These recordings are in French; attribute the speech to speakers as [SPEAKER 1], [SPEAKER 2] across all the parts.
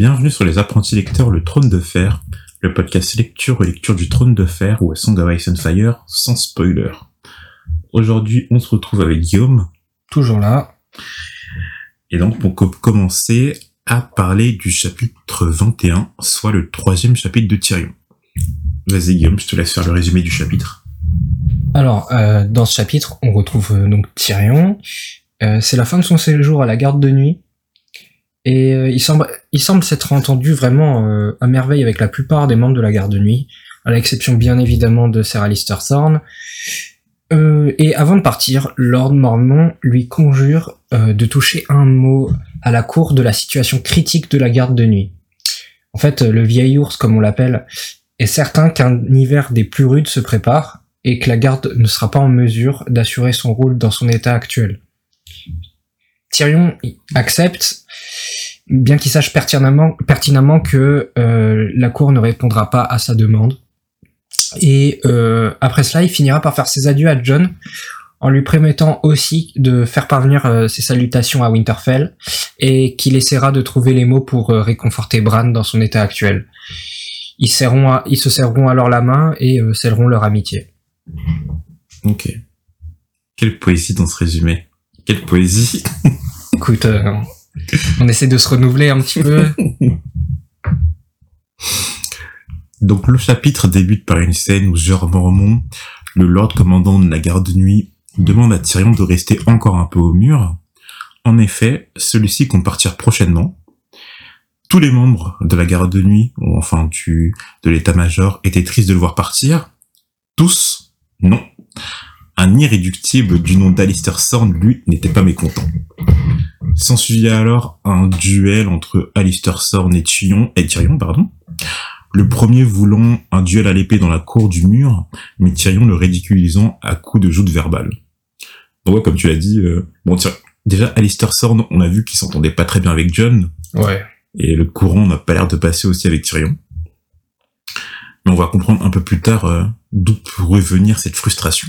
[SPEAKER 1] Bienvenue sur Les Apprentis Lecteurs, le Trône de Fer, le podcast lecture du Trône de Fer ou A Song of Ice and Fire sans spoiler. Aujourd'hui, on se retrouve avec Guillaume.
[SPEAKER 2] Toujours là.
[SPEAKER 1] Et donc, pour commencer à parler du chapitre 21, soit le 3e chapitre de Tyrion. Vas-y Guillaume, je te laisse faire le résumé du chapitre.
[SPEAKER 2] Alors, dans ce chapitre, on retrouve donc Tyrion. C'est la fin de son séjour à la garde de nuit. Et il semble s'être entendu vraiment à merveille avec la plupart des membres de la garde de nuit, à l'exception bien évidemment de Sir Alliser Thorne. Et avant de partir, Lord Mormont lui conjure de toucher un mot à la cour de la situation critique de la garde de nuit. En fait, le vieil ours, comme on l'appelle, est certain qu'un hiver des plus rudes se prépare et que la garde ne sera pas en mesure d'assurer son rôle dans son état actuel. Tyrion accepte, bien qu'il sache pertinemment que la cour ne répondra pas à sa demande. Et après cela, il finira par faire ses adieux à Jon, en lui promettant aussi de faire parvenir ses salutations à Winterfell, et qu'il essaiera de trouver les mots pour réconforter Bran dans son état actuel. Ils se serreront alors la main et scelleront leur amitié.
[SPEAKER 1] Ok. Quelle poésie dans ce résumé. Quelle poésie.
[SPEAKER 2] Écoute, on essaie de se renouveler un petit peu.
[SPEAKER 1] Donc le chapitre débute par une scène où Jeor Mormont, le Lord commandant de la garde de nuit, demande à Tyrion de rester encore un peu au mur. En effet, celui-ci compte partir prochainement. Tous les membres de la garde de nuit, ou enfin de l'état-major, étaient tristes de le voir partir. Tous, non. Un irréductible du nom d'Alliser Thorne, lui, n'était pas mécontent. S'ensuivit alors un duel entre Alliser Thorne et Tyrion. Le premier voulant un duel à l'épée dans la cour du mur, mais Tyrion le ridiculisant à coups de joutes verbales. Donc ouais, comme tu l'as dit, déjà Alliser Thorne, on a vu qu'il s'entendait pas très bien avec Jon.
[SPEAKER 2] Ouais.
[SPEAKER 1] Et le courant n'a pas l'air de passer aussi avec Tyrion. Mais on va comprendre un peu plus tard d'où pourrait venir cette frustration.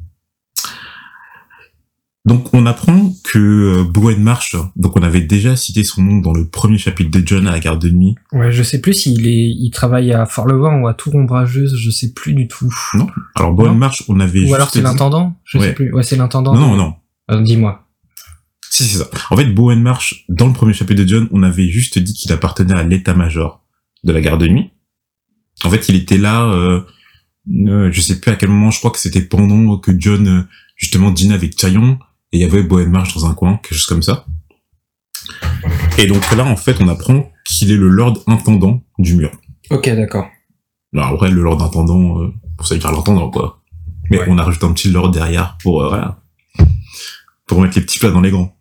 [SPEAKER 1] Donc on apprend que Bowen Marsh, donc on avait déjà cité son nom dans le premier chapitre de Jon à la garde de nuit.
[SPEAKER 2] Ouais, je sais plus il travaille à Fort-le-Vent ou à Tour Ombrageuse, je sais plus du tout.
[SPEAKER 1] Non. Alors Bowen Marsh, on avait
[SPEAKER 2] ou alors c'est l'intendant, je sais plus. Ouais, c'est l'intendant.
[SPEAKER 1] Non.
[SPEAKER 2] Dis-moi.
[SPEAKER 1] Si, c'est ça. En fait, Bowen Marsh, dans le premier chapitre de Jon, on avait juste dit qu'il appartenait à l'état-major de la garde de nuit. En fait, il était là, je sais plus à quel moment, je crois que c'était pendant que Jon, justement, dînait avec Tyrion, et il y avait Bowen Marsh dans un coin, quelque chose comme ça. Et donc là, en fait, on apprend qu'il est le Lord Intendant du mur.
[SPEAKER 2] Ok, d'accord.
[SPEAKER 1] Alors après, le Lord Intendant, pour ça dire l'Intendant, quoi. Mais ouais. On a rajouté un petit Lord derrière pour mettre les petits plats dans les grands.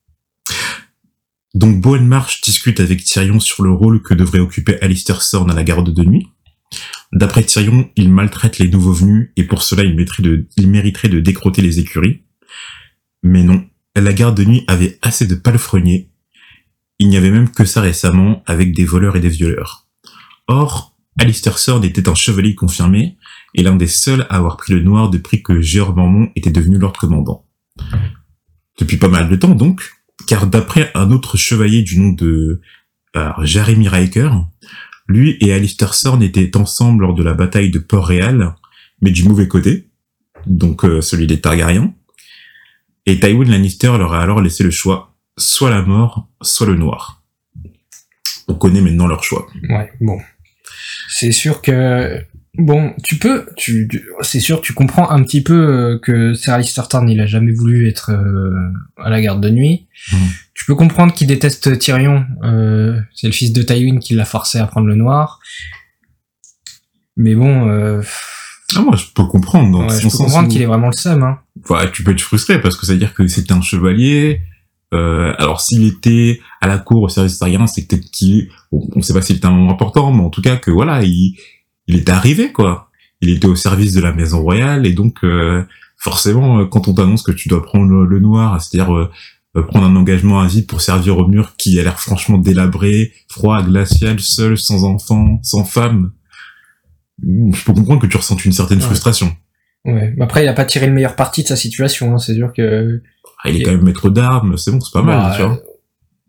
[SPEAKER 1] Donc Bowen Marsh discute avec Tyrion sur le rôle que devrait occuper Alliser Thorne à la garde de nuit. D'après Tyrion, il maltraite les nouveaux venus et pour cela il mériterait de décrotter les écuries. Mais non, la garde de nuit avait assez de palefreniers. Il n'y avait même que ça récemment avec des voleurs et des violeurs. Or, Alliser Thorne était un chevalier confirmé et l'un des seuls à avoir pris le noir depuis que Jeor Mormont était devenu Lord Commandant. Depuis pas mal de temps donc, car d'après un autre chevalier du nom de Jeremy Riker, lui et Alliser Thorne étaient ensemble lors de la bataille de Port-Réal, mais du mauvais côté, donc celui des Targaryens. Et Tywin Lannister leur a alors laissé le choix, soit la mort, soit le noir. On connaît maintenant leur choix.
[SPEAKER 2] Ouais, bon. C'est sûr que... Bon, c'est sûr, tu comprends un petit peu que Sir Alliser Thorne, il a jamais voulu être à la garde de nuit. Tu peux comprendre qu'il déteste Tyrion. C'est le fils de Tywin qui l'a forcé à prendre le noir. Mais bon...
[SPEAKER 1] moi, je peux comprendre.
[SPEAKER 2] Je peux comprendre qu'il est vraiment le seum. Hein.
[SPEAKER 1] Ouais, tu peux être frustré parce que ça veut dire que c'était un chevalier. Alors, s'il était à la cour au service targaryen, c'est peut-être on sait pas s'il était un membre important, mais en tout cas que voilà, il était arrivé, quoi. Il était au service de la maison royale, et donc, forcément, quand on t'annonce que tu dois prendre le noir, c'est-à-dire prendre un engagement à vie pour servir au mur qui a l'air franchement délabré, froid, glacial, seul, sans enfant, sans femme, je peux comprendre que tu ressentes une certaine frustration.
[SPEAKER 2] Ouais. Après, il a pas tiré le meilleur parti de sa situation, hein. C'est sûr que...
[SPEAKER 1] Il est quand même maître d'armes, c'est bon, c'est pas mal, tu vois.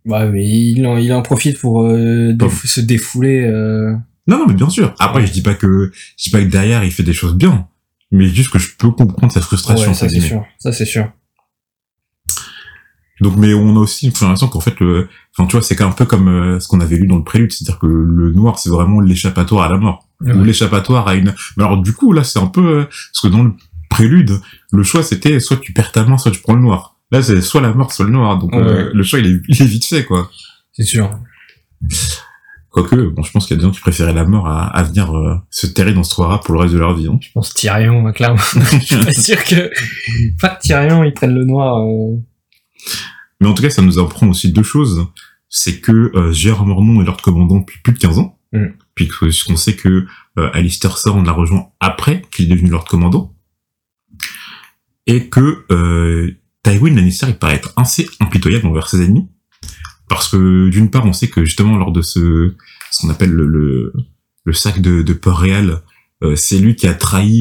[SPEAKER 2] Ouais, mais il en profite pour se défouler.
[SPEAKER 1] Non, mais bien sûr. Après, je dis pas que derrière, il fait des choses bien. Mais juste que je peux comprendre sa frustration.
[SPEAKER 2] Ouais, ça c'est sûr.
[SPEAKER 1] Donc, mais on a aussi l'impression qu'en fait, tu vois, c'est un peu comme ce qu'on avait lu dans le prélude. C'est-à-dire que le noir, c'est vraiment l'échappatoire à la mort. Ouais. Ou l'échappatoire à une... Mais alors, du coup, là, c'est un peu... parce que dans le prélude, le choix, c'était soit tu perds ta main, soit tu prends le noir. Là, c'est soit la mort, soit le noir. Donc, le choix, il est vite fait, quoi.
[SPEAKER 2] C'est sûr.
[SPEAKER 1] Quoique, bon, je pense qu'il y a des gens qui préféraient la mort à venir se terrer dans ce trou pour le reste de leur vie. Hein.
[SPEAKER 2] Je pense Tyrion, clairement. Je suis pas sûr que... Pas que Tyrion, il prenne le noir.
[SPEAKER 1] Mais en tout cas, ça nous apprend aussi deux choses. C'est que Gérard Mormont est Lord Commandant depuis plus de 15 ans. Puis qu'on sait que Alistair Thorne l'a rejoint après qu'il est devenu Lord Commandant. Et que Tywin Lannister, il paraît être assez impitoyable envers ses ennemis. Parce que, d'une part, on sait que justement, lors de ce qu'on appelle le sac de Port-Réal, c'est lui qui a trahi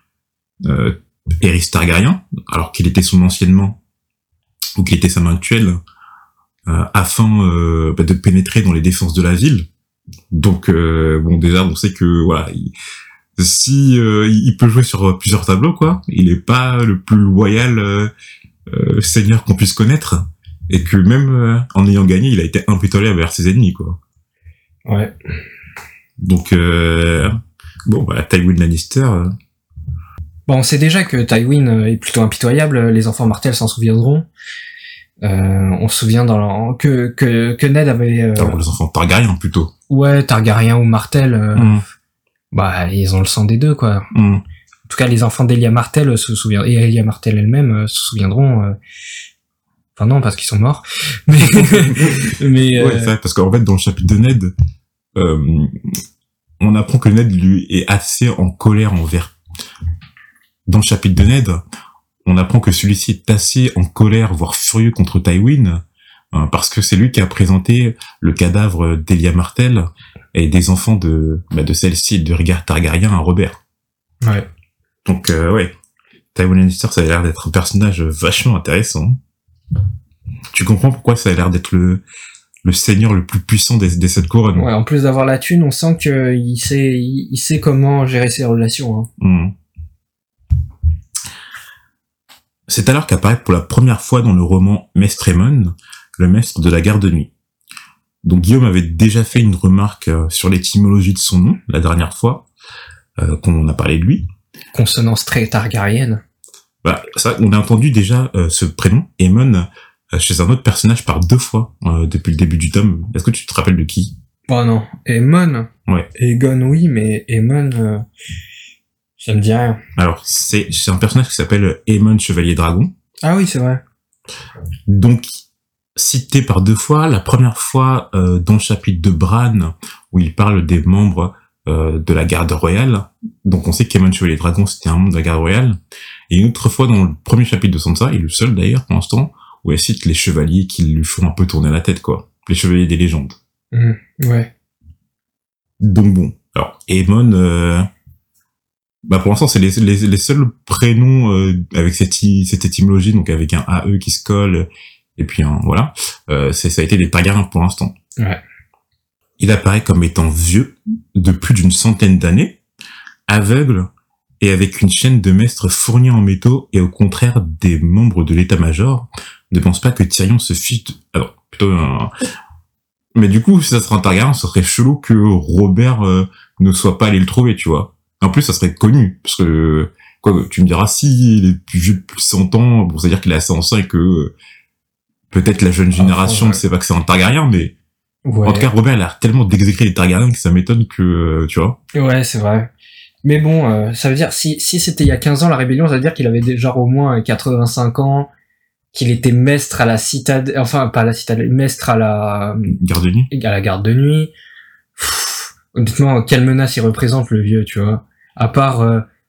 [SPEAKER 1] Aerys Targaryen, alors qu'il était son anciennement, ou qu'il était sa main actuelle, afin de pénétrer dans les défenses de la ville. Donc, bon, déjà, on sait que, voilà, il peut jouer sur plusieurs tableaux, quoi. Il est pas le plus loyal seigneur qu'on puisse connaître. Et que même en ayant gagné, il a été impitoyable vers ses ennemis, quoi.
[SPEAKER 2] Ouais.
[SPEAKER 1] Donc, bon, bah, Tywin Lannister...
[SPEAKER 2] Bon, on sait déjà que Tywin est plutôt impitoyable, les enfants Martell s'en souviendront. On se souvient que Ned avait...
[SPEAKER 1] Alors, les enfants Targaryen, plutôt.
[SPEAKER 2] Ouais, Targaryen ou Martell, bah, ils ont le sang des deux, quoi. En tout cas, les enfants d'Elia Martell se souviennent, et Elia Martell elle-même se souviendront... Enfin non, parce qu'ils sont morts. Mais
[SPEAKER 1] ouais, ça, parce qu'en fait, dans le chapitre de Ned, on apprend que Ned lui est assez en colère envers. Dans le chapitre de Ned, on apprend que celui-ci est assez en colère, voire furieux contre Tywin, parce que c'est lui qui a présenté le cadavre d'Elia Martell et des enfants de celle-ci et de Rhaegar Targaryen à Robert.
[SPEAKER 2] Ouais.
[SPEAKER 1] Donc ouais, Tywin Lannister, ça a l'air d'être un personnage vachement intéressant. Tu comprends pourquoi ça a l'air d'être le seigneur le plus puissant des 7 couronnes.
[SPEAKER 2] Ouais, en plus d'avoir la thune, on sent que il sait comment gérer ses relations. Hein.
[SPEAKER 1] C'est alors qu'apparaît pour la première fois dans le roman Maestre Aemon, le maître de la garde de nuit. Donc Guillaume avait déjà fait une remarque sur l'étymologie de son nom la dernière fois qu'on a parlé de lui.
[SPEAKER 2] Consonance très targaryenne.
[SPEAKER 1] Bah, ça, on a entendu déjà ce prénom, Aemon, chez un autre personnage par 2 fois depuis le début du tome. Est-ce que tu te rappelles de qui?
[SPEAKER 2] Oh non, Aemon.
[SPEAKER 1] Ouais.
[SPEAKER 2] Aegon oui, mais Aemon, ça me dit rien.
[SPEAKER 1] Alors, c'est un personnage qui s'appelle Aemon Chevalier Dragon.
[SPEAKER 2] Ah oui, c'est vrai.
[SPEAKER 1] Donc, cité par 2 fois, la première fois dans le chapitre de Bran, où il parle des membres de la garde royale. Donc on sait qu'Aemon Chevalier Dragon, c'était un membre de la garde royale. Et une autre fois dans le premier chapitre de Sansa, et le seul d'ailleurs pour l'instant, où elle cite les chevaliers qui lui font un peu tourner la tête, quoi. Les chevaliers des légendes.
[SPEAKER 2] Ouais.
[SPEAKER 1] Donc bon, alors Aemon, pour l'instant c'est les seuls prénoms avec cette étymologie, donc avec un AE qui se colle, et puis voilà, ça a été des Targaryens pour l'instant.
[SPEAKER 2] Ouais.
[SPEAKER 1] Il apparaît comme étant vieux, de plus d'une centaine d'années, aveugle, et avec une chaîne de maîtres fournie en métaux, et au contraire des membres de l'état-major, ne pense pas que Tyrion se fiche de... Alors, plutôt... Mais du coup, si ça serait un Targaryen, ça serait chelou que Robert ne soit pas allé le trouver, tu vois. En plus, ça serait connu, parce que... Quoi, tu me diras, si il est plus vieux de plus de 100 ans, bon, c'est-à-dire qu'il est assez ancien et que... peut-être la jeune génération ne sait pas que c'est un Targaryen, mais... Ouais. En tout cas, Robert, il a tellement d'exécrer les Targaryens que ça m'étonne que, tu vois.
[SPEAKER 2] Ouais, c'est vrai. Mais bon, ça veut dire, si c'était il y a 15 ans, la rébellion, ça veut dire qu'il avait déjà au moins 85 ans, qu'il était maître à la citadelle, enfin, pas à la citadelle, maître à la...
[SPEAKER 1] garde de nuit.
[SPEAKER 2] À la garde de nuit. Honnêtement, quelle menace il représente, le vieux, tu vois. À part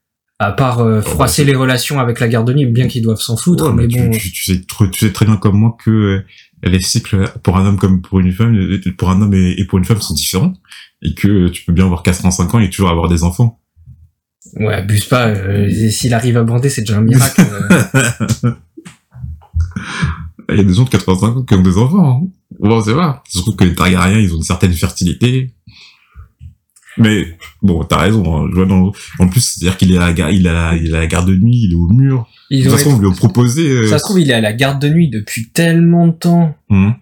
[SPEAKER 2] froisser les relations avec la garde de nuit, bien qu'ils doivent s'en foutre, ouais, mais bon...
[SPEAKER 1] Tu sais très bien comme moi que... les cycles pour un homme comme pour une femme, pour un homme et pour une femme sont différents, et que tu peux bien avoir 85 ans et toujours avoir des enfants.
[SPEAKER 2] Ouais, abuse pas, s'il arrive à bander, c'est déjà un miracle.
[SPEAKER 1] Il y a des gens de 85 ans qui ont des enfants. Hein. Bon, c'est vrai. Surtout que les Targaryens, ils ont une certaine fertilité. Mais, bon, t'as raison, hein. Je vois en plus, c'est-à-dire qu'il est à la garde de nuit, il est au mur. De toute façon, on lui a proposé,
[SPEAKER 2] Ça se trouve, il est à la garde de nuit depuis tellement de temps.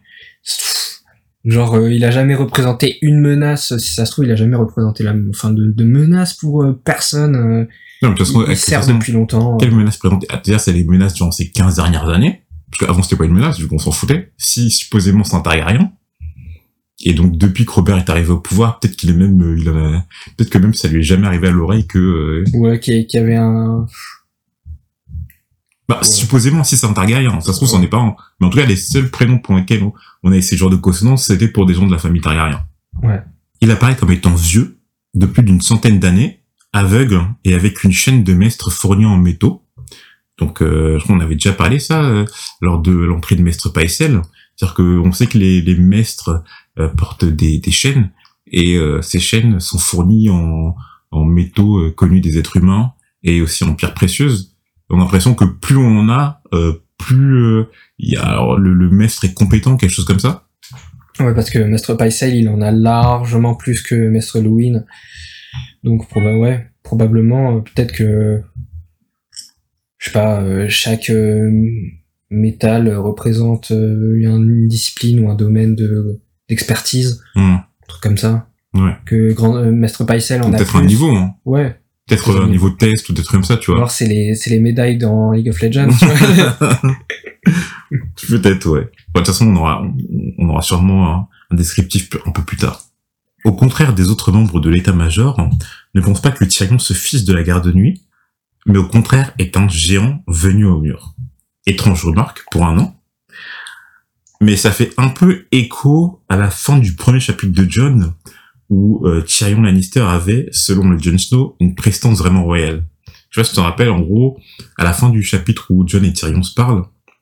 [SPEAKER 2] Genre, il a jamais représenté une menace. Si ça se trouve, il a jamais représenté de menace pour personne.
[SPEAKER 1] Non, mais de toute façon,
[SPEAKER 2] il sert depuis longtemps.
[SPEAKER 1] Quelle menace présente? Déjà, c'est les menaces durant ces 15 dernières années. Parce qu'avant, c'était pas une menace, vu qu'on s'en foutait. Si, supposément, c'est un Targaryen. Et donc, depuis que Robert est arrivé au pouvoir, peut-être qu'il est même, peut-être que même ça lui est jamais arrivé à l'oreille que,
[SPEAKER 2] ouais, qu'il y avait un...
[SPEAKER 1] Bah, ouais. Supposément, si c'est un Targaryen, ça se trouve, c'en est pas un. Mais en tout cas, les seuls prénoms pour lesquels on avait ces genres de consonances, c'était pour des gens de la famille Targaryen.
[SPEAKER 2] Ouais.
[SPEAKER 1] Il apparaît comme étant vieux, de plus d'une centaine d'années, aveugle, et avec une chaîne de maître fournie en métaux. Donc, je crois qu'on avait déjà parlé ça, lors de l'entrée de Maître Pycelle. C'est-à-dire qu'on sait que les maîtres portent des chaînes, et ces chaînes sont fournies en métaux connus des êtres humains, et aussi en pierres précieuses. On a l'impression que plus on en a, plus il y a alors le maître est compétent, quelque chose comme ça.
[SPEAKER 2] Ouais, parce que Maître Pycelle, il en a largement plus que Maître Luwin. Donc probablement peut-être que je sais pas, chaque métal représente une discipline ou un domaine d'expertise, un truc comme ça.
[SPEAKER 1] Ouais.
[SPEAKER 2] Que Maître Pycelle en a
[SPEAKER 1] peut-être
[SPEAKER 2] plus.
[SPEAKER 1] Un niveau, hein.
[SPEAKER 2] Ouais.
[SPEAKER 1] Peut-être un niveau de test ou des trucs comme ça, tu vois.
[SPEAKER 2] Alors c'est les médailles dans League of Legends, tu vois.
[SPEAKER 1] Peut-être, ouais. Bon, de toute façon, on aura sûrement un descriptif un peu plus tard. Au contraire des autres membres de l'état-major, ne pense pas que Tyrion se fils de la garde de nuit, mais au contraire est un géant venu au mur. Étrange remarque pour un an. Mais ça fait un peu écho à la fin du premier chapitre de Jon, où Tyrion Lannister avait, selon le Jon Snow, une prestance vraiment royale. Je sais pas si tu t'en rappelles, en gros, à la fin du chapitre où Jon et Tyrion se parlent,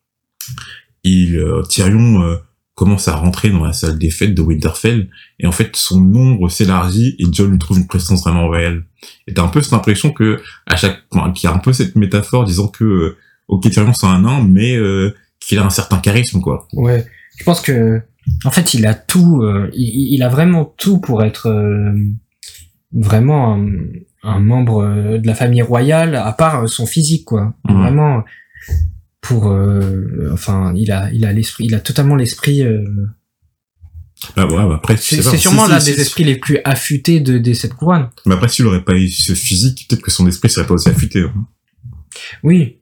[SPEAKER 1] Tyrion commence à rentrer dans la salle des fêtes de Winterfell, et en fait, son ombre s'élargit, et Jon lui trouve une prestance vraiment royale. Et t'as un peu cette impression que, qu'il y a un peu cette métaphore disant que, ok, Tyrion c'est un nain, mais qu'il a un certain charisme, quoi.
[SPEAKER 2] Ouais, je pense que en fait, il a tout, il a vraiment tout pour être vraiment un membre de la famille royale, à part son physique, quoi. Vraiment, il a l'esprit, il a totalement l'esprit.
[SPEAKER 1] Ah ouais, après,
[SPEAKER 2] c'est sûrement l'un des esprits les plus affûtés de cette couronne.
[SPEAKER 1] Mais après, s'il aurait pas eu ce physique, peut-être que son esprit serait pas aussi affûté. Hein.
[SPEAKER 2] Oui,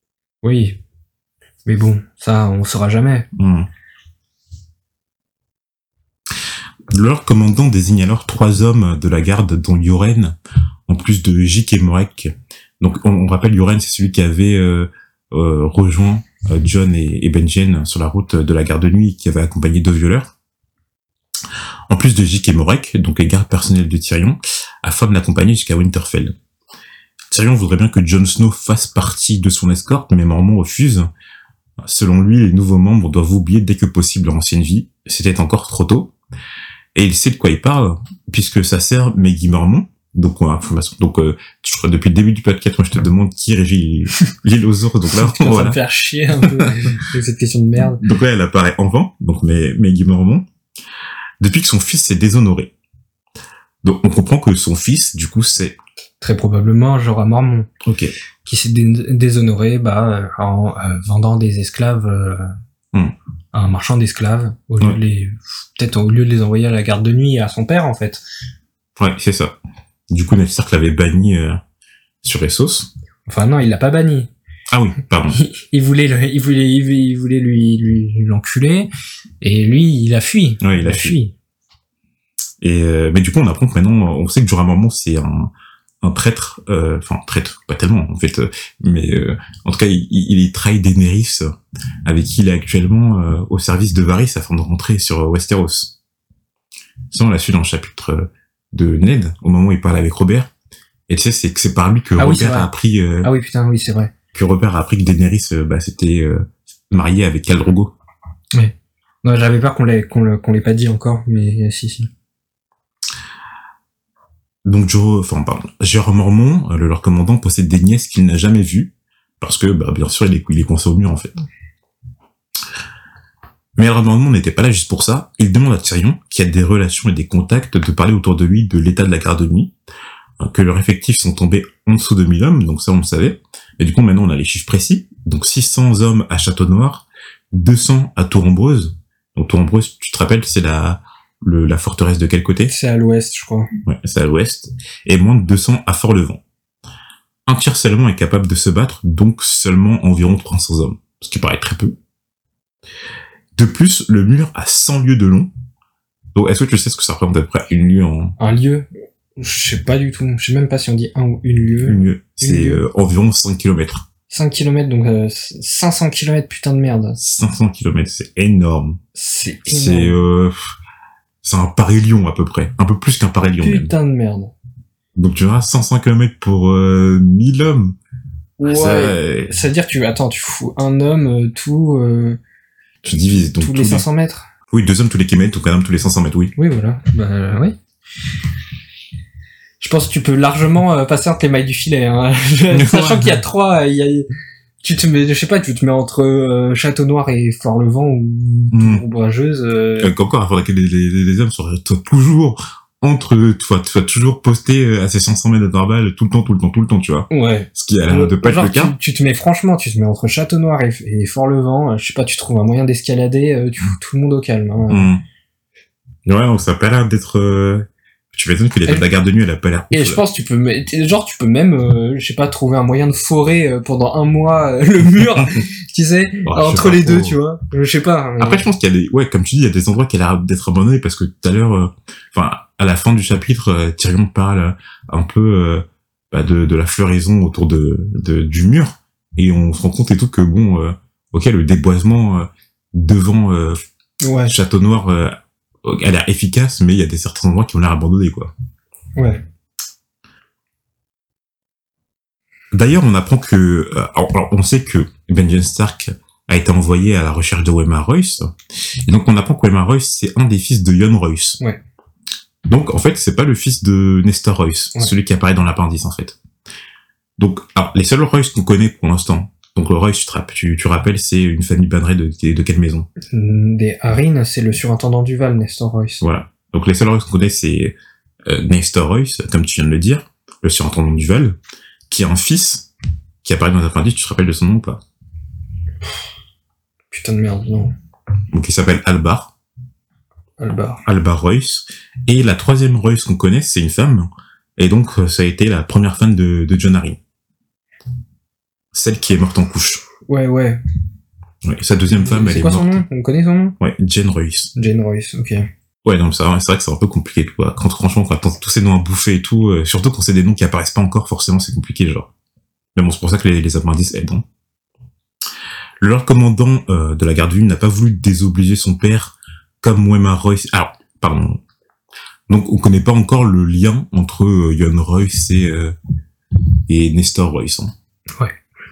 [SPEAKER 2] mais bon, ça, on saura jamais.
[SPEAKER 1] Le Lord commandant désigne alors 3 hommes de la garde, dont Yoren, en plus de Jyck et Morek. Donc, on rappelle, Yoren, c'est celui qui avait rejoint Jon et Benjen sur la route de la garde de nuit, qui avait accompagné 2 violeurs. En plus de Jyck et Morek, donc les gardes personnels de Tyrion, afin de l'accompagner jusqu'à Winterfell. Tyrion voudrait bien que Jon Snow fasse partie de son escorte, mais Mormont refuse. Selon lui, les nouveaux membres doivent oublier dès que possible leur ancienne vie. C'était encore trop tôt. Et il sait de quoi il parle, puisque sa sœur Maggie Mormont, donc je crois depuis le début du podcast, moi je te demande qui régit l'île aux ours, donc là,
[SPEAKER 2] on va me faire chier un peu avec cette question de merde.
[SPEAKER 1] Donc là, elle apparaît enfin, donc Maggie Mormont, depuis que son fils s'est déshonoré. Donc on comprend que son fils, du coup, c'est...
[SPEAKER 2] Très probablement Jorah Mormont.
[SPEAKER 1] Ok.
[SPEAKER 2] Qui s'est déshonoré, en vendant des esclaves, à un marchand d'esclaves, au lieu de les envoyer à la garde de nuit et à son père, en fait.
[SPEAKER 1] Ouais, c'est ça. Du coup, Ned Stark l'avait banni sur Essos.
[SPEAKER 2] Enfin non, il l'a pas banni.
[SPEAKER 1] Ah oui, pardon.
[SPEAKER 2] il voulait lui l'enculer, et lui, il a fui.
[SPEAKER 1] Ouais, il a fui. Et mais du coup, on apprend que maintenant, on sait que Jorah Mormont, c'est un traître, traître, pas tellement en fait, mais en tout cas il trahit Daenerys, avec qui il est actuellement au service de Varys afin de rentrer sur Westeros. Ça on l'a su dans le chapitre de Ned, au moment où il parle avec Robert, et tu sais c'est par lui que Robert a appris
[SPEAKER 2] ah oui putain oui c'est vrai
[SPEAKER 1] que Robert a appris que Daenerys s'était mariée avec Khal Drogo.
[SPEAKER 2] Ouais. Non, j'avais peur qu'on l'ait pas dit encore, mais si.
[SPEAKER 1] Donc Jorah Mormont, le Lord commandant, possède des nièces qu'il n'a jamais vues, parce que bien sûr il est coincé au mur en fait. Mais le commandement n'était pas là juste pour ça. Il demande à Tyrion, qui a des relations et des contacts, de parler autour de lui de l'état de la garde de nuit, que leurs effectifs sont tombés en dessous de 1000 hommes, donc ça on le savait. Mais du coup maintenant on a les chiffres précis. Donc 600 hommes à Château-Noir, 200 à Tour-Ambreuse. Donc Tour-Ambreuse, tu te rappelles, c'est la forteresse de quel côté?
[SPEAKER 2] C'est à l'ouest, je crois.
[SPEAKER 1] Ouais, c'est à l'ouest. Et moins de 200 à Fort-Levant. Un tiers seulement est capable de se battre, donc seulement environ 300 hommes. Ce qui paraît très peu. De plus, le mur a 100 lieues de long. Donc, est-ce que tu sais ce que ça représente à peu près une lieue en...
[SPEAKER 2] Un lieu? Je sais pas du tout. Je sais même pas si on dit un ou une lieue.
[SPEAKER 1] Une lieue. C'est environ 5 km.
[SPEAKER 2] 5 km, donc 500 km, putain de merde.
[SPEAKER 1] 500 km, c'est énorme.
[SPEAKER 2] C'est énorme.
[SPEAKER 1] C'est un Paris-Lyon à peu près. Un peu plus qu'un Paris-Lyon même.
[SPEAKER 2] Putain de merde.
[SPEAKER 1] Donc tu verras 500 km pour 1000 hommes.
[SPEAKER 2] Ouais. C'est-à-dire que tu fous un homme
[SPEAKER 1] Tu divises donc
[SPEAKER 2] tous les 500 mètres.
[SPEAKER 1] Oui, 2 hommes tous les kilomètres, donc un homme tous les 500 mètres, oui.
[SPEAKER 2] Oui, voilà. Bah oui. Je pense que tu peux largement passer entre les mailles du filet, hein. Sachant qu'il y a 3, tu te mets, je sais pas, tu te mets entre Château-Noir et Fort-Levant ou Brageuse.
[SPEAKER 1] Encore, il faudrait que les hommes soient toujours entre, tu vas toujours poster à ces 500 mètres d'intervalle tout le temps, tu vois.
[SPEAKER 2] Ouais.
[SPEAKER 1] Ce qui a l'air de pas être le cas.
[SPEAKER 2] Tu te mets entre Château-Noir et Fort-Levant, je sais pas, tu trouves un moyen d'escalader, tu fous tout le monde au calme, hein.
[SPEAKER 1] Ouais, donc ça a pas l'air d'être, tu m'étonnes que la garde de nuit, elle a pas l'air
[SPEAKER 2] ouf. Et je pense que tu peux même, je sais pas, trouver un moyen de forer pendant un mois le mur, tu sais, entre les deux, tu vois. Je sais pas. Hein,
[SPEAKER 1] Après, je pense qu'il y a comme tu dis, il y a des endroits qui a l'air d'être abandonnés parce que tout à l'heure, à la fin du chapitre, Tyrion parle un peu de la floraison autour du mur et on se rend compte et tout que le déboisement devant Château-Noir a l'air efficace, mais il y a certains endroits qui ont l'air abandonnés, quoi.
[SPEAKER 2] Ouais.
[SPEAKER 1] D'ailleurs, on apprend que, alors on sait que Benjen Stark a été envoyé à la recherche de Waymar Royce, et donc on apprend que Waymar Royce c'est un des fils de Yohn Royce.
[SPEAKER 2] Ouais.
[SPEAKER 1] Donc en fait, c'est pas le fils de Nestor Royce, celui qui apparaît dans l'appendice en fait. Donc, les seuls Royce qu'on connaît pour l'instant. Donc le Royce, tu rappelles, c'est une famille bannerée de quelle maison?
[SPEAKER 2] Des Harines, c'est le surintendant du Val, Nestor Royce.
[SPEAKER 1] Voilà. Donc les seuls Royce qu'on connaît, c'est Nestor Royce, comme tu viens de le dire, le surintendant du Val, qui a un fils qui apparaît dans l'appendice. Tu te rappelles de son nom ou pas?
[SPEAKER 2] Putain de merde, non.
[SPEAKER 1] Donc il s'appelle Albar Royce. Et la troisième Royce qu'on connaît, c'est une femme. Et donc ça a été la première femme de Jon Arryn. Celle qui est morte en couche.
[SPEAKER 2] Ouais.
[SPEAKER 1] Ouais, sa deuxième femme, elle est morte.
[SPEAKER 2] C'est quoi son nom? On connaît son nom?
[SPEAKER 1] Ouais, Jane Royce.
[SPEAKER 2] Jane Royce, ok.
[SPEAKER 1] Ouais, non, c'est vrai que c'est un peu compliqué, quoi. Franchement, quand t'as tous ces noms à bouffer et tout, surtout quand c'est des noms qui apparaissent pas encore, forcément, c'est compliqué, genre. Mais bon, c'est pour ça que les appendices aident, hein. Le Lord Commandant de la garde de nuit n'a pas voulu désobliger son père comme Waymar Royce. Alors, pardon. Donc, on connaît pas encore le lien entre Yohn Royce et Nestor Royce, hein.
[SPEAKER 2] Ouais.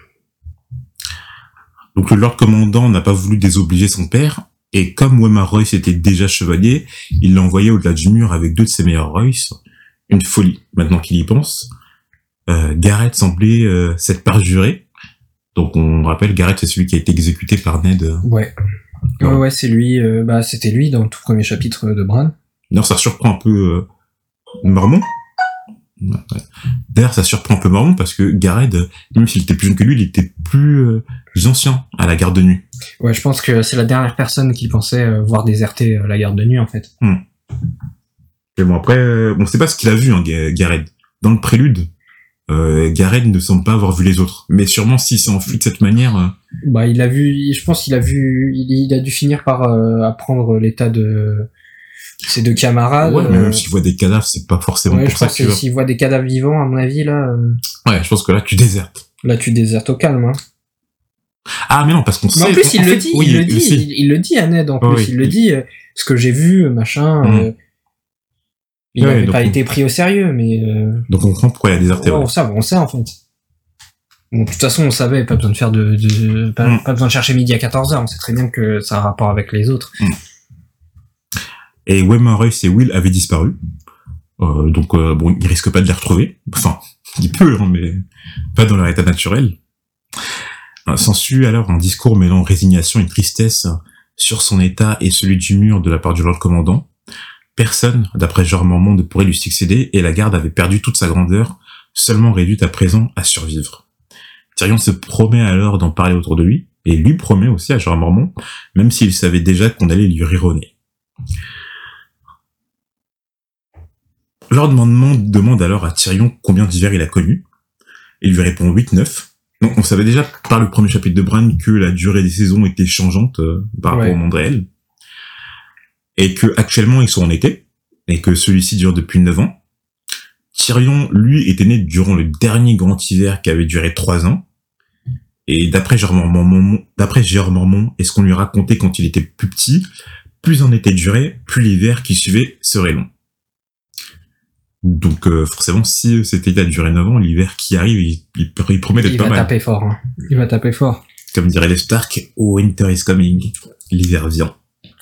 [SPEAKER 1] Donc le Lord Commandant n'a pas voulu désobliger son père, et comme Waymar Royce était déjà chevalier, il l'a envoyé au-delà du mur avec 2 de ses meilleurs Royce. Une folie, maintenant qu'il y pense. Garrett semblait s'être parjuré. Donc on rappelle, Garrett c'est celui qui a été exécuté par Ned.
[SPEAKER 2] Ouais. Ouais, c'est lui, c'était lui dans le tout premier chapitre de Bran.
[SPEAKER 1] D'ailleurs ça surprend un peu Mormont. Ouais. D'ailleurs, ça surprend un peu Mormont parce que Garrett, même s'il était plus jeune que lui, il était plus ancien à la garde de nuit.
[SPEAKER 2] Ouais, je pense que c'est la dernière personne qui pensait voir déserter la garde de nuit, en fait.
[SPEAKER 1] Mais bon, après, on sait pas ce qu'il a vu, hein, Garrett. Dans le prélude, Garrett ne semble pas avoir vu les autres. Mais sûrement, s'il s'est enfui de cette manière...
[SPEAKER 2] il a vu, je pense qu'il a vu, il a dû finir par apprendre l'état de ses 2 camarades.
[SPEAKER 1] Ouais, mais même s'il voit des cadavres, c'est pas forcément pour ça que tu vois.
[SPEAKER 2] S'il voit des cadavres vivants, à mon avis, là...
[SPEAKER 1] Ouais, je pense que là, tu désertes.
[SPEAKER 2] Là, tu désertes au calme, hein.
[SPEAKER 1] Ah, mais non, parce qu'on sait...
[SPEAKER 2] En plus, il le dit à Ned, en plus. Il le dit, ce que j'ai vu, machin... Il n'avait pas été pris au sérieux, mais...
[SPEAKER 1] Donc on comprend pourquoi il a déserté.
[SPEAKER 2] Ouais, on sait, en fait. Bon, de toute façon, on savait, pas besoin de faire pas besoin de chercher midi à 14h, on sait très bien que ça a un rapport avec les autres.
[SPEAKER 1] Et Waymar Royce et Will avaient disparu. Donc, il risque pas de les retrouver. Enfin, il peut, hein, mais pas dans leur état naturel. S'ensuit alors un discours mêlant résignation et tristesse sur son état et celui du mur de la part du Lord Commandant. Personne, d'après Jorah Mormont, ne pourrait lui succéder et la garde avait perdu toute sa grandeur, seulement réduite à présent à survivre. Tyrion se promet alors d'en parler autour de lui, et lui promet aussi à Jorah Mormont, même s'il savait déjà qu'on allait lui rironner. Lord Mormont demande alors à Tyrion combien d'hivers il a connu. Il lui répond 8-9. Donc, on savait déjà par le premier chapitre de Bran que la durée des saisons était changeante par rapport au monde réel. Et que actuellement ils sont en été, et que celui-ci dure depuis 9 ans. Tyrion, lui, était né durant le dernier grand hiver qui avait duré 3 ans. Et d'après Jorah Mormont, et ce qu'on lui racontait quand il était plus petit, plus un été durait, plus l'hiver qui suivait serait long. Donc forcément, si cet été a duré 9 ans, l'hiver qui arrive, il promet d'être pas mal.
[SPEAKER 2] Il va taper fort. Hein. Il va taper fort.
[SPEAKER 1] Comme dirait les Stark, winter is coming. L'hiver vient.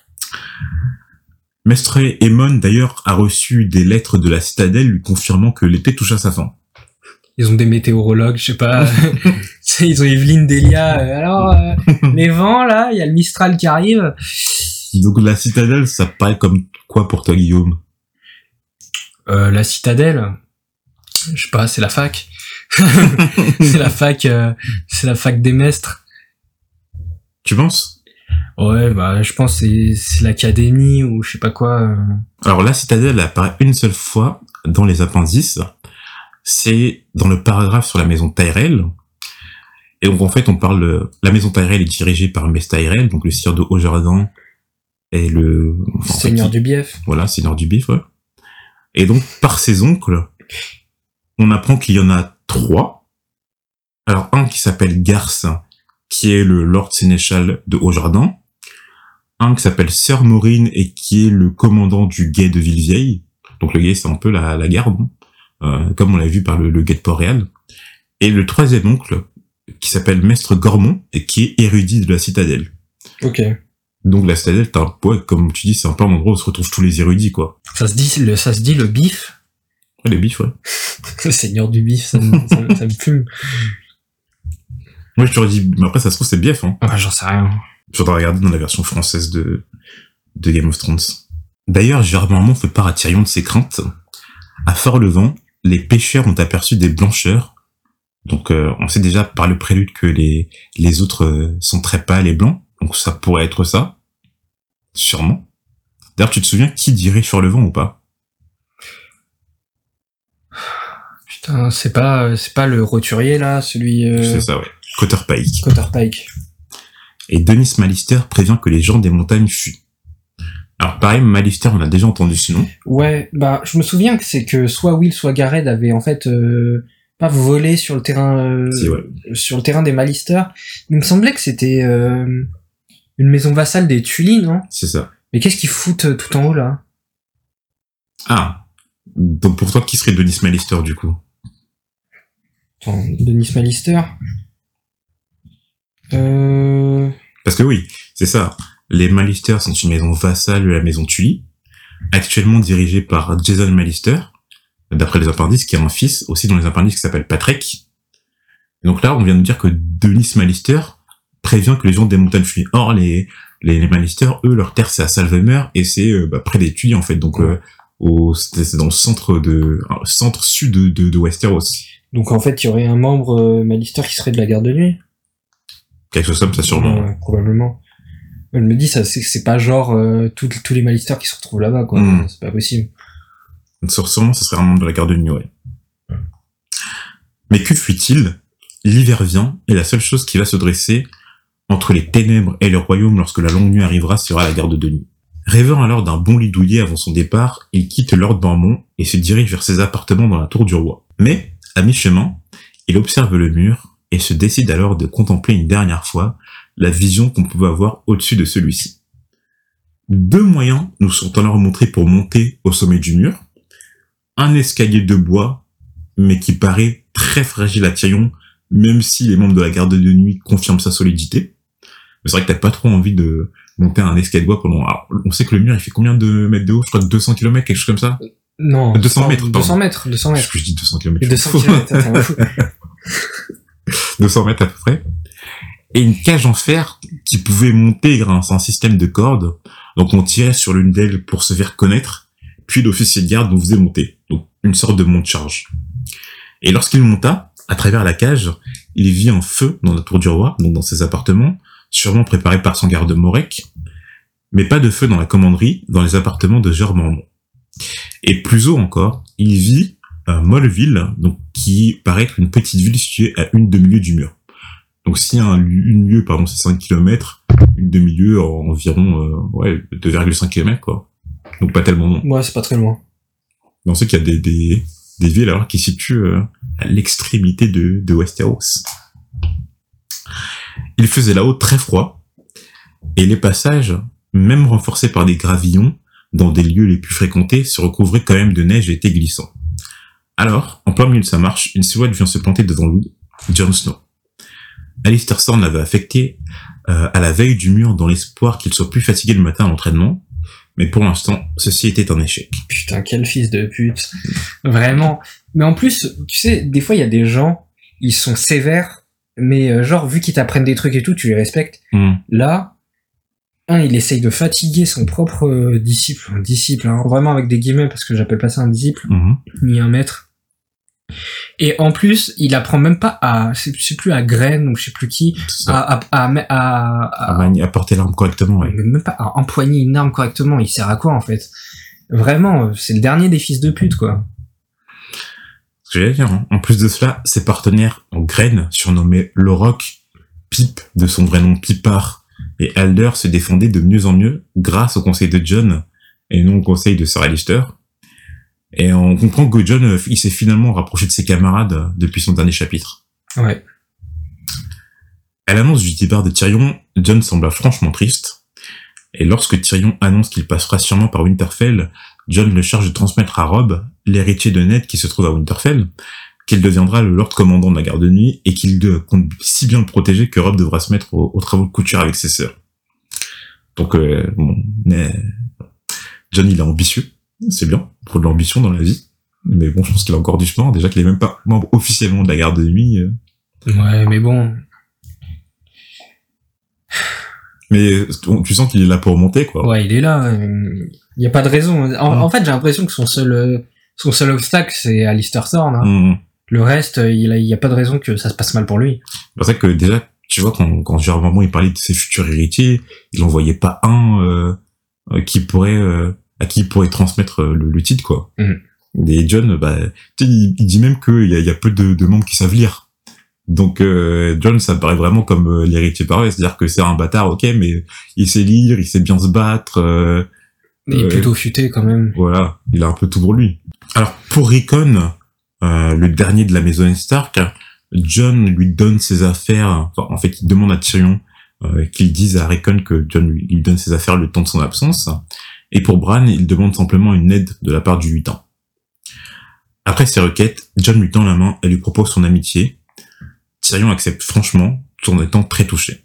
[SPEAKER 1] Mestre Aemon, d'ailleurs, a reçu des lettres de la citadelle lui confirmant que l'été touche à sa fin.
[SPEAKER 2] Ils ont des météorologues, je sais pas. Ils ont Evelyne Delia. Les vents, là, il y a le Mistral qui arrive.
[SPEAKER 1] Donc la citadelle, ça paraît comme quoi pour toi, Guillaume?
[SPEAKER 2] La citadelle, je sais pas, c'est la fac. c'est la fac des mestres.
[SPEAKER 1] Tu penses?
[SPEAKER 2] Ouais, bah je pense que c'est l'académie ou je sais pas quoi.
[SPEAKER 1] Alors la citadelle apparaît une seule fois dans les appendices. C'est dans le paragraphe sur la maison Tyrell. Et donc en fait on parle, la maison Tyrell est dirigée par Mess Tyrell, donc le sire de Haut-Jardin et le
[SPEAKER 2] Seigneur du Bief.
[SPEAKER 1] Voilà, Seigneur du Bief, ouais. Et donc, par ses oncles, on apprend qu'il y en a 3. Alors, un qui s'appelle Garth, qui est le Lord Sénéchal de Haut-Jardin. Un qui s'appelle Sir Morin et qui est le commandant du guet de Villevieille. Donc, le guet, c'est un peu la garde, comme on l'a vu par le guet de Port-Réal. Et le 3e oncle, qui s'appelle Mestre Gormont et qui est érudit de la citadelle.
[SPEAKER 2] Ok.
[SPEAKER 1] Donc la citadelle, comme tu dis, c'est un peu un endroit où se retrouvent tous les érudits, quoi.
[SPEAKER 2] Ça se dit le bif.
[SPEAKER 1] Ouais, les bifs, ouais.
[SPEAKER 2] Le seigneur du bif, ça me fume.
[SPEAKER 1] Moi, je t'aurais dit, mais après, ça se trouve, c'est bief, hein.
[SPEAKER 2] Ah, j'en sais rien.
[SPEAKER 1] Faudra regarder dans la version française de Game of Thrones. D'ailleurs, Jorah Mormont fait part à Tyrion de ses craintes. À Fort-le-Vent, les pêcheurs ont aperçu des blancheurs. Donc, on sait déjà par le prélude que les autres sont très pâles et blancs. Donc ça pourrait être ça. Sûrement. D'ailleurs, tu te souviens qui dirige Fort-le-Vent ou pas?
[SPEAKER 2] Putain, c'est pas le roturier, là, celui...
[SPEAKER 1] C'est ça, ouais. Cotter Pike.
[SPEAKER 2] Cotter Pike.
[SPEAKER 1] Et Denys Mallister prévient que les gens des montagnes fuient. Alors pareil, Mallister, on a déjà entendu ce nom.
[SPEAKER 2] Ouais, bah, je me souviens que c'est que soit Will, soit Gareth avaient en fait... pas volé sur le terrain
[SPEAKER 1] Si, ouais.
[SPEAKER 2] Sur le terrain des Mallister. Il me semblait que c'était une maison vassale des Tully, non?
[SPEAKER 1] C'est ça.
[SPEAKER 2] Mais qu'est-ce qu'ils foutent tout en haut là?
[SPEAKER 1] Ah. Donc pour toi, qui serait Denys Mallister du coup?
[SPEAKER 2] Attends, Denys Mallister.
[SPEAKER 1] Parce que oui, c'est ça. Les Mallister sont une maison vassale de la maison Tully, actuellement dirigée par Jason Mallister, d'après les appendices, qui a un fils aussi dans les appendices qui s'appelle Patrick. Et donc là, on vient de dire que Denys Mallister prévient que les gens des montagnes fuient. Or, les Mallister, eux, leur terre, c'est à Salvemer, et c'est près des Tully, en fait. Donc, c'est dans le centre-sud de Westeros.
[SPEAKER 2] Donc, en fait, il y aurait un membre Mallister qui serait de la garde de nuit?
[SPEAKER 1] Quelque chose comme ça, sûrement.
[SPEAKER 2] Probablement. Elle me dit, ça, c'est pas genre tous les Mallister qui se retrouvent là-bas, quoi. C'est pas possible.
[SPEAKER 1] Sûrement, ce serait un membre de la garde de nuit, ouais. Mais que fuit-il? L'hiver vient, et la seule chose qui va se dresser entre les ténèbres et le royaume lorsque la longue nuit arrivera sera la garde de nuit. Rêvant alors d'un bon lit douillet avant son départ, il quitte Lord Mormont et se dirige vers ses appartements dans la tour du roi. Mais, à mi-chemin, il observe le mur et se décide alors de contempler une dernière fois la vision qu'on pouvait avoir au-dessus de celui-ci. 2 moyens nous sont alors montrés pour monter au sommet du mur. Un escalier de bois, mais qui paraît très fragile à Tyrion, même si les membres de la garde de nuit confirment sa solidité. Mais c'est vrai que t'as pas trop envie de monter un escalier de bois pendant... Alors, on sait que le mur, il fait combien de mètres de haut? Je crois 200 km, quelque chose comme ça?
[SPEAKER 2] Non.
[SPEAKER 1] 200 mètres, pardon.
[SPEAKER 2] 200 mètres.
[SPEAKER 1] Parce que je dis 200 km.
[SPEAKER 2] 200 km,
[SPEAKER 1] 200 mètres à peu près. Et une cage en fer qui pouvait monter grâce à un système de cordes. Donc on tirait sur l'une d'elles pour se faire connaître, puis l'officier de garde nous faisait monter. Donc une sorte de monte-charge. Et lorsqu'il monta, à travers la cage, il vit un feu dans la tour du roi, donc dans ses appartements, sûrement préparé par son garde Morec, mais pas de feu dans la commanderie, dans les appartements de Georges Mormont. Et plus haut encore, il vit à Molleville, donc qui paraît être une petite ville située à une demi-lieue du mur. Donc si une lieue, pardon, c'est 5 km, une demi-lieue environ 2,5 km, quoi. Donc pas tellement long.
[SPEAKER 2] Ouais, c'est pas très loin.
[SPEAKER 1] On sait qu'il y a des villes alors qui se situent à l'extrémité de Westeros. Il faisait là-haut très froid, et les passages, même renforcés par des gravillons, dans des lieux les plus fréquentés, se recouvraient quand même de neige et étaient glissants. Alors, en plein milieu de sa marche, une silhouette vient se planter devant lui, Jon Snow. Alistair Thorne l'avait affecté à la veille du mur dans l'espoir qu'il soit plus fatigué le matin à l'entraînement, mais pour l'instant, ceci était un échec.
[SPEAKER 2] Putain, quel fils de pute. Vraiment. Mais en plus, tu sais, des fois, il y a des gens, ils sont sévères, mais genre, vu qu'ils t'apprennent des trucs et tout, tu les respectes. Là, il essaye de fatiguer son propre disciple, hein, vraiment avec des guillemets, parce que j'appelle pas ça un disciple, ni un maître. Et en plus, il apprend même pas à, je sais plus à Graine ou je sais plus qui, à
[SPEAKER 1] porter l'arme correctement, ouais.
[SPEAKER 2] Même pas à empoigner une arme correctement. Il sert à quoi, en fait? Vraiment, c'est le dernier des fils de pute, quoi.
[SPEAKER 1] Ce que j'allais dire, hein. En plus de cela, ses partenaires en Graine, surnommés Loroc, Pip, de son vrai nom Pipard, et Alder se défendaient de mieux en mieux grâce au conseil de Jon, et non au conseil de Sir Alistair. Et on comprend que Jon, il s'est finalement rapproché de ses camarades depuis son dernier chapitre.
[SPEAKER 2] Ouais.
[SPEAKER 1] À l'annonce du départ de Tyrion, Jon sembla franchement triste. Et lorsque Tyrion annonce qu'il passera sûrement par Winterfell, Jon le charge de transmettre à Robb, l'héritier de Ned qui se trouve à Winterfell, qu'il deviendra le Lord Commandant de la garde de nuit et qu'il compte si bien le protéger que Robb devra se mettre aux travaux de couture avec ses sœurs. Donc, Jon, il est ambitieux. C'est bien, il faut de l'ambition dans la vie. Mais bon, je pense qu'il a encore du chemin. Déjà qu'il est même pas membre officiellement de la garde de nuit.
[SPEAKER 2] Ouais, mais bon.
[SPEAKER 1] Mais tu sens qu'il est là pour monter, quoi.
[SPEAKER 2] Ouais, il est là. Il y a pas de raison. En fait, j'ai l'impression que son seul obstacle, c'est Alistair Thorne. Hein. Le reste, il y a pas de raison que ça se passe mal pour lui.
[SPEAKER 1] C'est vrai que déjà, tu vois, quand Georges Mormont il parlait de ses futurs héritiers, il en voyait pas un à qui il pourrait transmettre le titre, quoi. Et Jon, il dit même qu'il y a peu de membres qui savent lire. Donc Jon, ça me paraît vraiment comme l'héritier parfait, c'est-à-dire que c'est un bâtard, ok, mais il sait lire, il sait bien se battre.
[SPEAKER 2] Il est plutôt futé quand même.
[SPEAKER 1] Voilà, il a un peu tout pour lui. Alors pour Rickon, le dernier de la maison Stark, Jon lui donne ses affaires. Enfin, en fait, il demande à Tyrion qu'il dise à Rickon que Jon lui donne ses affaires le temps de son absence. Et pour Bran, il demande simplement une aide de la part du Lutin. Après ces requêtes, Jon lui tend la main et lui propose son amitié. Tyrion accepte franchement, tout en étant très touché.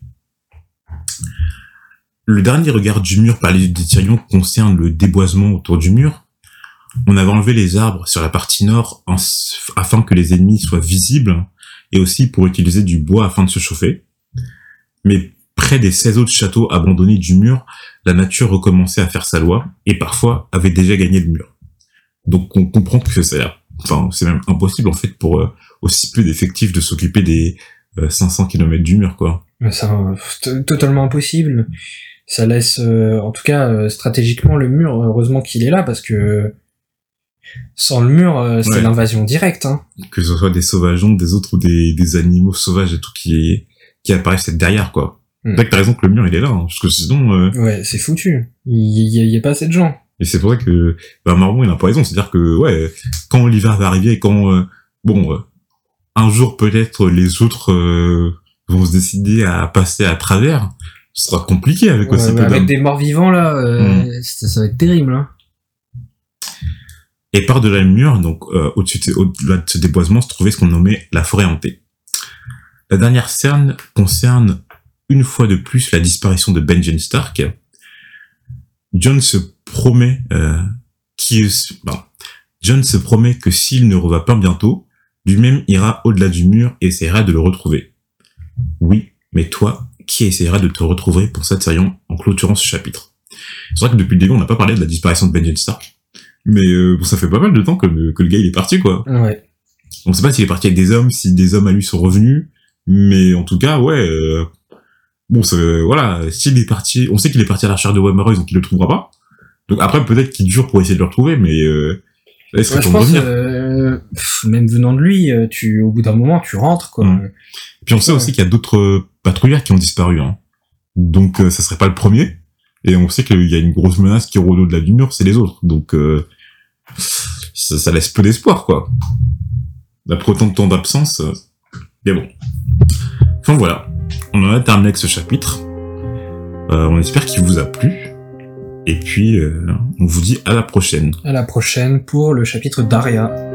[SPEAKER 1] Le dernier regard du mur par les yeux de Tyrion concerne le déboisement autour du mur. On avait enlevé les arbres sur la partie nord afin que les ennemis soient visibles et aussi pour utiliser du bois afin de se chauffer. Mais près des 16 autres châteaux abandonnés du mur, la nature recommençait à faire sa loi et parfois avait déjà gagné le mur. Donc on comprend que c'est même impossible en fait pour aussi peu d'effectifs de s'occuper des 500 km du mur, quoi.
[SPEAKER 2] C'est totalement impossible. Ça laisse, en tout cas, stratégiquement, le mur, heureusement qu'il est là, parce que sans le mur, c'est l'invasion directe. Hein.
[SPEAKER 1] Que ce soit des sauvageons, des autres ou des animaux sauvages et tout qui apparaissent derrière, quoi. C'est vrai que t'as raison que le mur, il est là, hein, parce que sinon...
[SPEAKER 2] Ouais, c'est foutu. Il y a pas assez de gens.
[SPEAKER 1] Et c'est pour ça que Mormont, il a pas raison. C'est-à-dire que, quand l'hiver va arriver et quand... un jour, peut-être, les autres vont se décider à passer à travers, ce sera compliqué avec aussi peu d'hommes.
[SPEAKER 2] Avec des morts vivants, là, ça va être terrible. Hein.
[SPEAKER 1] Et par-delà le mur, donc au-delà de ce déboisement, se trouvait ce qu'on nommait la forêt hantée. La dernière scène concerne une fois de plus la disparition de Benjen Stark. Jon se promet que s'il ne revient pas bientôt, lui-même ira au-delà du mur et essaiera de le retrouver. Oui, mais toi, qui essaiera de te retrouver pour cette série en clôturant ce chapitre. C'est vrai que depuis le début, on n'a pas parlé de la disparition de Benjen Stark. Mais bon, ça fait pas mal de temps que le gars il est parti, quoi.
[SPEAKER 2] Ouais.
[SPEAKER 1] On sait pas s'il est parti avec des hommes, si des hommes à lui sont revenus, mais en tout cas, ouais. Bon, voilà, s'il est parti, on sait qu'il est parti à la recherche de Webmaros, donc il le trouvera pas. Donc après, peut-être qu'il dure pour essayer de le retrouver, mais là, il serait
[SPEAKER 2] Je
[SPEAKER 1] temps de
[SPEAKER 2] pense,
[SPEAKER 1] revenir.
[SPEAKER 2] même venant de lui, au bout d'un moment, tu rentres, quoi.
[SPEAKER 1] Puis on sait aussi qu'il y a d'autres patrouilleurs qui ont disparu, hein. Donc ça serait pas le premier. Et on sait qu'il y a une grosse menace qui rôde au-delà du mur, c'est les autres. Donc ça laisse peu d'espoir, quoi. Après autant de temps d'absence, mais bon. Enfin voilà, on en a terminé avec ce chapitre. On espère qu'il vous a plu. Et puis, on vous dit à la prochaine.
[SPEAKER 2] À la prochaine pour le chapitre d'Aria.